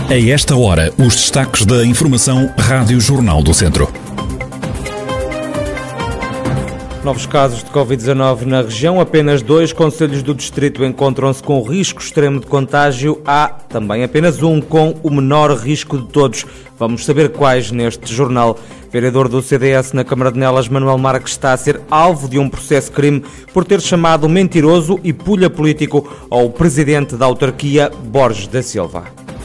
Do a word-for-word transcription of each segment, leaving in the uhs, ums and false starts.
A esta hora, os destaques da Informação Rádio Jornal do Centro. Novos casos de covid dezanove na região. Apenas dois concelhos do distrito encontram-se com risco extremo de contágio. Há também apenas um com o menor risco de todos. Vamos saber quais neste jornal. Vereador do C D S na Câmara de Nelas, Manuel Marques, está a ser alvo de um processo de crime por ter chamado mentiroso e pulha político ao presidente da autarquia, Borges da Silva.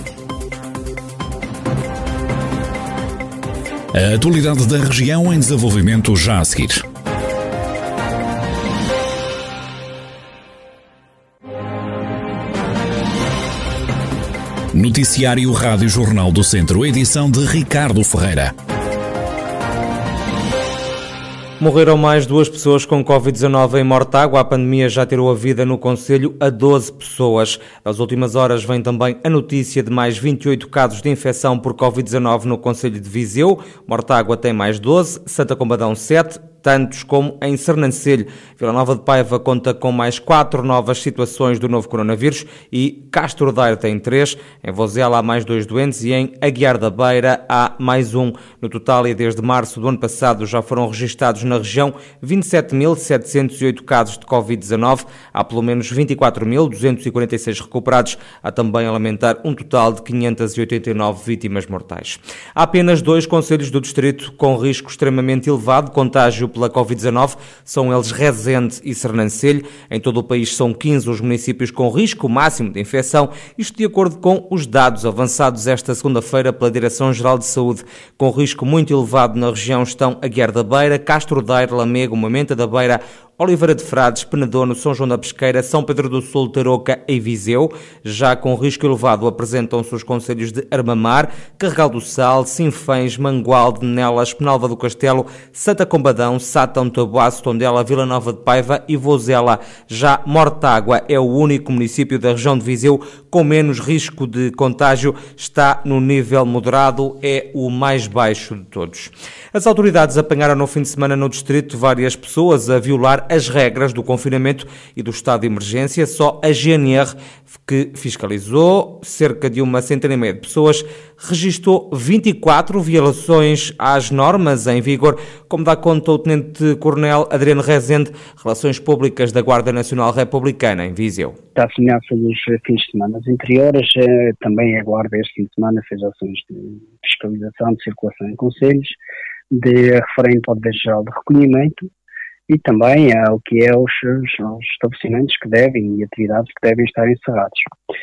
A atualidade da região em desenvolvimento já a seguir. Noticiário Rádio Jornal do Centro, edição de Ricardo Ferreira. Morreram mais duas pessoas com covid dezanove em Mortágua. A pandemia já tirou a vida no concelho a doze pessoas. Nas últimas horas vem também a notícia de mais vinte e oito casos de infecção por covid dezanove no concelho de Viseu. Mortágua tem mais doze, Santa Combadão sete, tantos como em Sernancelho. Vila Nova de Paiva conta com mais quatro novas situações do novo coronavírus e Castro Daire tem três. Em Vozela há mais dois doentes e em Aguiar da Beira há mais um. No total, e desde março do ano passado, já foram registados na região vinte e sete mil setecentos e oito casos de covid dezanove. Há pelo menos vinte e quatro mil duzentos e quarenta e seis recuperados. Há também a lamentar um total de quinhentas e oitenta e nove vítimas mortais. Há apenas dois concelhos do distrito com risco extremamente elevado de contágio pela covid dezanove, são eles Rezende e Sernancelho. Em todo o país são quinze os municípios com risco máximo de infecção, isto de acordo com os dados avançados esta segunda-feira pela Direção-Geral de Saúde. Com risco muito elevado na região estão Aguiar da Beira, Castro Daire, Lamego, Moimenta da Beira, Oliveira de Frades, Penedono, São João da Pesqueira, São Pedro do Sul, Tarouca e Viseu. Já com risco elevado apresentam-se os concelhos de Armamar, Carregal do Sal, Sinfãs, Mangualde, Nelas, Penalva do Castelo, Santa Combadão, Sátão, Taboaço, Tondela, Vila Nova de Paiva e Vozela. Já Mortágua é o único município da região de Viseu com menos risco de contágio, está no nível moderado, é o mais baixo de todos. As autoridades apanharam no fim de semana no distrito várias pessoas a violar as regras do confinamento e do estado de emergência. Só a G N R, que fiscalizou cerca de uma centena e meia de pessoas, registou vinte e quatro violações às normas em vigor, como dá conta o Tenente-Coronel Adriano Rezende, Relações Públicas da Guarda Nacional Republicana, em Viseu. À semelhança dos fins de semana anteriores, também a Guarda este fim de semana fez ações de fiscalização de circulação em concelhos, de referente ao Dever Geral de Recolhimento e também ao que é os, os estabelecimentos que devem e atividades que devem estar encerrados.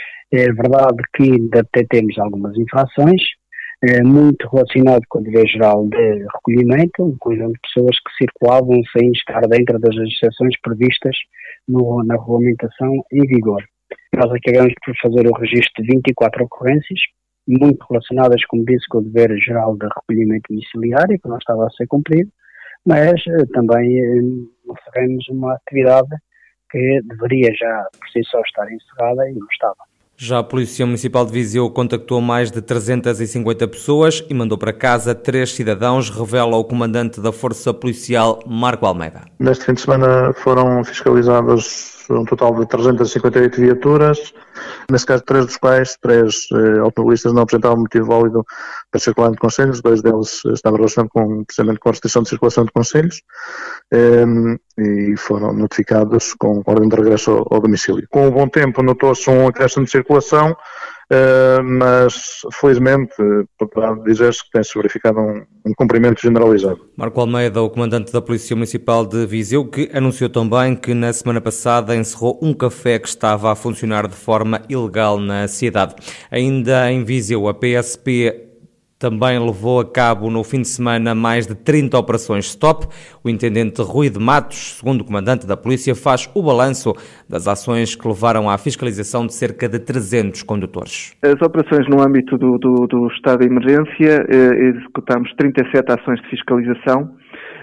É verdade que ainda temos algumas infrações, é, muito relacionado com o Dever Geral de Recolhimento, um conjunto de pessoas que circulavam sem estar dentro das legislações previstas no, na regulamentação em vigor. Nós acabamos por fazer o registro de vinte e quatro ocorrências, muito relacionadas, como disse, com o Dever Geral de Recolhimento Domiciliário, que não estava a ser cumprido, mas eh, também eh, encerramos uma atividade que deveria já por si só estar encerrada e não estava. Já a Polícia Municipal de Viseu contactou mais de trezentas e cinquenta pessoas e mandou para casa três cidadãos, revela o comandante da Força Policial, Marco Almeida. Neste fim de semana foram fiscalizadas um total de trezentas e cinquenta e oito viaturas, nesse caso três dos quais, três eh, automobilistas não apresentavam motivo válido para circular entre concelhos, dois deles estavam relacionados com, precisamente com a restrição de circulação de concelhos eh, e foram notificados com ordem de regresso ao, ao domicílio. Com o bom tempo notou-se um acréscimo de circulação, Uh, mas felizmente poderá dizer-se que tem-se verificado um, um cumprimento generalizado. Marco Almeida, o comandante da Polícia Municipal de Viseu, que anunciou também que na semana passada encerrou um café que estava a funcionar de forma ilegal na cidade. Ainda em Viseu, a P S P também levou a cabo no fim de semana mais de trinta operações stop. O intendente Rui de Matos, segundo o comandante da polícia, faz o balanço das ações que levaram à fiscalização de cerca de trezentos condutores. As operações no âmbito do, do, do estado de emergência, eh, executámos trinta e sete ações de fiscalização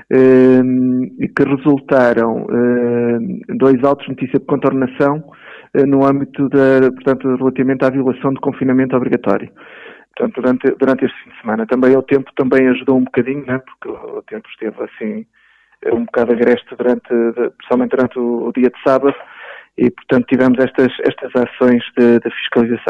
eh, que resultaram eh, dois autos de notícia de contornação eh, no âmbito da, portanto, relativamente à violação de confinamento obrigatório. Portanto, durante, durante este fim de semana. Também o tempo também ajudou um bocadinho, né? Porque o tempo esteve assim um bocado agreste, durante, principalmente durante o, o dia de sábado, e portanto tivemos estas, estas ações de, de fiscalização.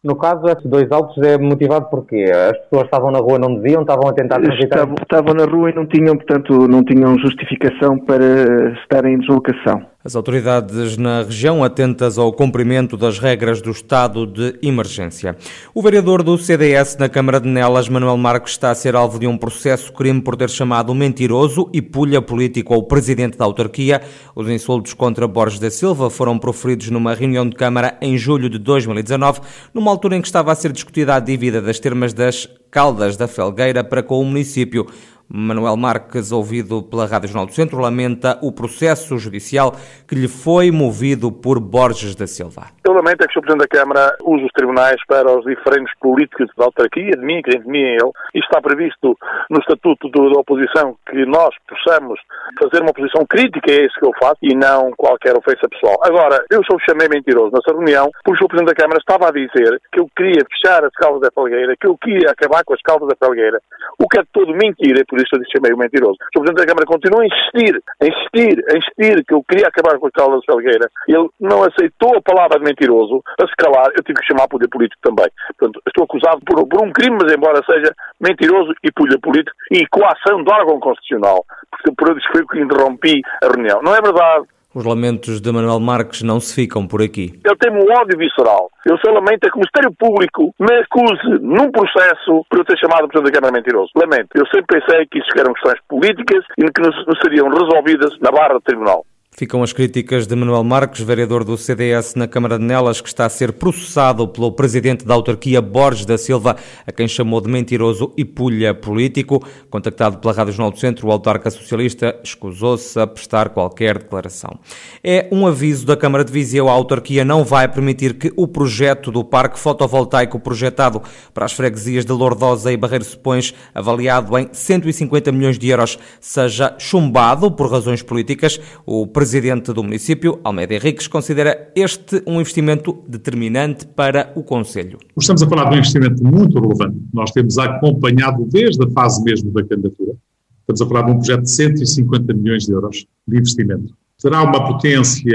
No caso, esses dois autos é motivado por quê? As pessoas estavam na rua, não diziam, estavam a tentar transitar? Estavam, estavam na rua e não tinham, portanto, não tinham justificação para estarem em deslocação. As autoridades na região atentas ao cumprimento das regras do estado de emergência. O vereador do C D S na Câmara de Nelas, Manuel Marques, está a ser alvo de um processo crime por ter chamado mentiroso e pulha político ao presidente da autarquia. Os insultos contra Borges da Silva foram proferidos numa reunião de Câmara em julho de dois mil e dezanove, numa altura em que estava a ser discutida a dívida das termas das Caldas da Felgueira para com o município. Manuel Marques, ouvido pela Rádio Jornal do Centro, lamenta o processo judicial que lhe foi movido por Borges da Silva. Eu lamento é que o Sr Presidente da Câmara use os tribunais para os diferentes políticos da autarquia, de mim, quem de mim é ele, e está previsto no Estatuto do, da Oposição que nós possamos fazer uma posição crítica, é isso que eu faço, e não qualquer ofensa pessoal. Agora, eu só o chamei mentiroso nessa reunião, porque o Sr Presidente da Câmara estava a dizer que eu queria fechar as Caldas da Felgueira, que eu queria acabar com as Caldas da Felgueira, o que é todo mentira, por isso eu disse chamei o mentiroso. O Sr Presidente da Câmara continua a insistir, a insistir, a insistir que eu queria acabar com as Caldas da Felgueira. Ele não aceitou a palavra de mentiroso, a se calar, eu tive que chamar poder político também. Portanto, estou acusado por, por um crime, mas embora seja mentiroso e pulha político e coação do órgão constitucional, porque por isso foi que interrompi a reunião. Não é verdade. Os lamentos de Manuel Marques não se ficam por aqui. Ele tem um ódio visceral. Eu só lamento é que o Ministério Público me acuse num processo por eu ter chamado o Presidente da Câmara mentiroso. Lamento. Eu sempre pensei que isso eram questões políticas e que não seriam resolvidas na barra do tribunal. Ficam as críticas de Manuel Marques, vereador do C D S na Câmara de Nelas, que está a ser processado pelo presidente da autarquia, Borges da Silva, a quem chamou de mentiroso e pulha político. Contactado pela Rádio Jornal do Centro, o autarca socialista escusou-se a prestar qualquer declaração. É um aviso da Câmara de Viseu. A autarquia não vai permitir que o projeto do parque fotovoltaico projetado para as freguesias de Lourdosa e Barreiro Sepões, avaliado em cento e cinquenta milhões de euros, seja chumbado por razões políticas. O presidente presidente do município, Almeida Henriques, considera este um investimento determinante para o concelho. Estamos a falar de um investimento muito relevante. Nós temos acompanhado desde a fase mesmo da candidatura. Estamos a falar de um projeto de cento e cinquenta milhões de euros de investimento. Terá uma potência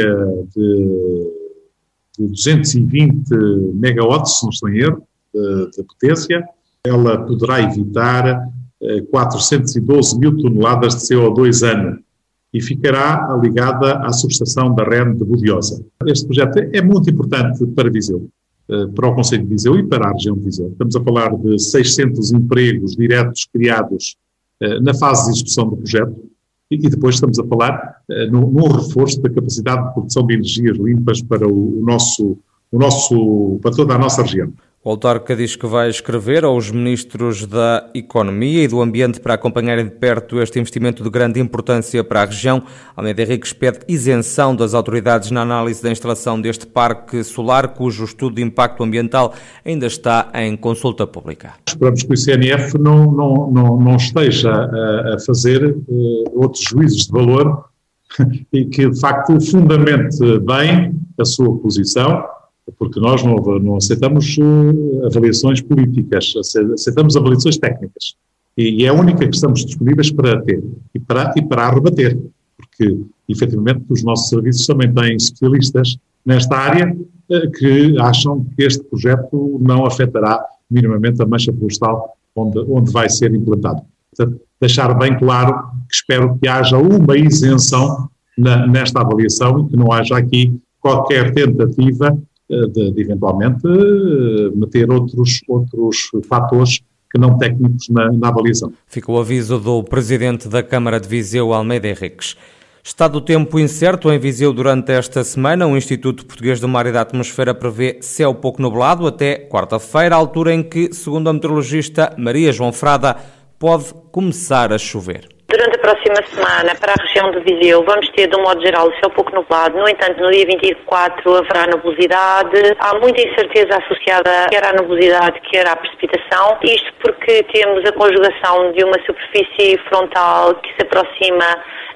de, de duzentos e vinte megawatts, se não estou em erro, de, de potência. Ela poderá evitar eh, quatrocentos e doze mil toneladas de C O dois ano e ficará ligada à subestação da R E N de Budiosa. Este projeto é muito importante para Viseu, para o concelho de Viseu e para a região de Viseu. Estamos a falar de seiscentos empregos diretos criados na fase de execução do projeto e depois estamos a falar num reforço da capacidade de produção de energias limpas para o nosso, o nosso, para toda a nossa região. O autarca diz que vai escrever aos ministros da Economia e do Ambiente para acompanharem de perto este investimento de grande importância para a região. Almeida Henriques pede isenção das autoridades na análise da instalação deste parque solar, cujo estudo de impacto ambiental ainda está em consulta pública. Esperamos que o C N F não, não, não, não esteja a, a fazer uh, outros juízos de valor e que, de facto, fundamente bem a sua posição, porque nós não, não aceitamos uh, avaliações políticas, aceitamos avaliações técnicas. E, e é a única que estamos disponíveis para ter e para, e para a rebater, porque, efetivamente, os nossos serviços também têm especialistas nesta área uh, que acham que este projeto não afetará minimamente a mancha florestal onde, onde vai ser implantado. Portanto, deixar bem claro que espero que haja uma isenção na, nesta avaliação e que não haja aqui qualquer tentativa De, de eventualmente meter outros, outros fatores que não técnicos na, na avaliação. Fica o aviso do presidente da Câmara de Viseu, Almeida Henriques. Estado do tempo incerto em Viseu durante esta semana. O Instituto Português do Mar e da Atmosfera prevê céu pouco nublado até quarta-feira, altura em que, segundo a meteorologista Maria João Frada, pode começar a chover. Durante a próxima semana, para a região de Viseu, vamos ter, de um modo geral, o céu pouco nublado. No entanto, no dia vinte e quatro haverá nubosidade. Há muita incerteza associada quer à nubosidade, quer à precipitação. Isto porque temos a conjugação de uma superfície frontal que se aproxima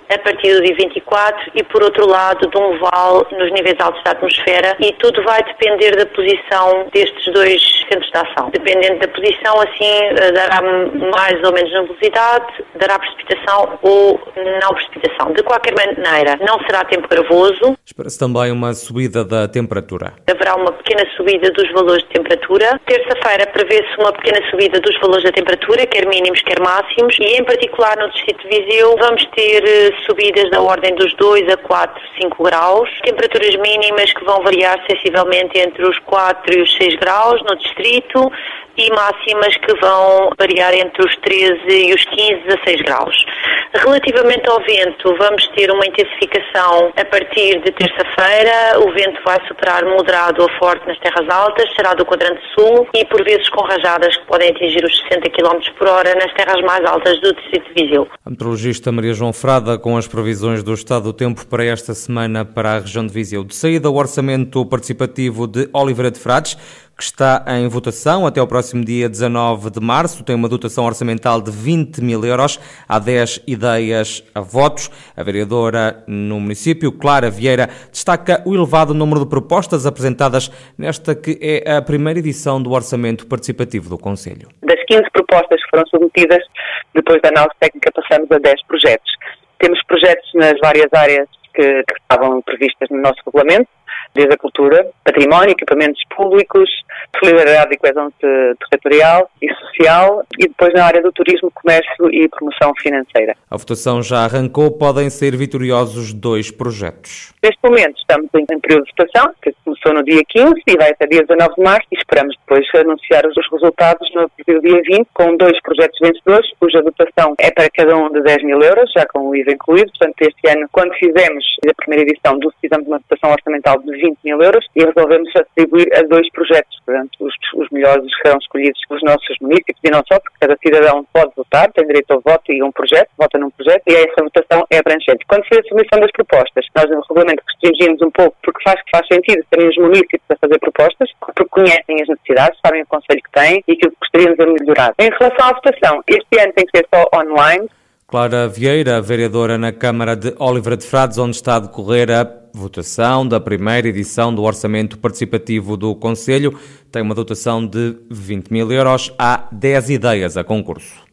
a partir do dia vinte e quatro e, por outro lado, de um vale nos níveis altos da atmosfera, e tudo vai depender da posição destes dois centros de ação. Dependendo da posição, assim, dará mais ou menos nebulosidade, dará precipitação ou não precipitação. De qualquer maneira, não será tempo gravoso. Espera-se também uma subida da temperatura. Haverá uma pequena subida dos valores de temperatura. Terça-feira prevê-se uma pequena subida dos valores da temperatura, quer mínimos, quer máximos, e em particular no distrito de Viseu vamos ter subidas da ordem dos dois a quatro, cinco graus. Temperaturas mínimas que vão variar sensivelmente entre os quatro e os seis graus no distrito, e máximas que vão variar entre os treze e os quinze, dezasseis graus. Relativamente ao vento, vamos ter uma intensificação a partir de terça-feira. O vento vai superar moderado a forte nas terras altas, será do quadrante sul e por vezes com rajadas que podem atingir os sessenta quilómetros por hora nas terras mais altas do distrito de Viseu. A meteorologista Maria João Frada com as previsões do estado do tempo para esta semana para a região de Viseu. De saída, o orçamento participativo de Oliveira de Frades, que está em votação até o próximo dia dezanove de março. Tem uma dotação orçamental de vinte mil euros. Há dez ideias a votos. A vereadora no município, Clara Vieira, destaca o elevado número de propostas apresentadas nesta que é a primeira edição do orçamento participativo do Conselho. Das quinze propostas que foram submetidas, depois da análise técnica passamos a dez projetos. Temos projetos nas várias áreas que, que estavam previstas no nosso regulamento, desde a cultura, património, equipamentos públicos, solidariedade e coesão territorial e social, e depois na área do turismo, comércio e promoção financeira. A votação já arrancou, podem ser vitoriosos dois projetos. Neste momento estamos em período de votação, que começou no dia quinze e vai até dia dezanove de março, e esperamos depois anunciar os resultados no dia vinte, com dois projetos vencedores, cuja dotação é para cada um de dez mil euros, já com o I V A incluído. Portanto, este ano, quando fizemos a primeira edição, fizemos uma dotação orçamental de vinte mil euros e resolvemos atribuir a dois projetos. Portanto, os, os melhores serão escolhidos pelos nossos municípios, e não só, porque cada cidadão pode votar, tem direito ao voto e um projeto, vota num projeto, e essa votação é abrangente. Quando se fez a submissão das propostas, nós no regulamento restringimos um pouco, porque faz que faz sentido terem os municípios a fazer propostas, porque conhecem as necessidades, sabem o conselho que têm e aquilo que gostaríamos de melhorar. Em relação à votação, este ano tem que ser só online. Clara Vieira, vereadora na Câmara de Oliveira de Frades, onde está a decorrer a votação da primeira edição do Orçamento Participativo do Conselho, tem uma dotação de vinte mil euros. Há dez ideias a concurso.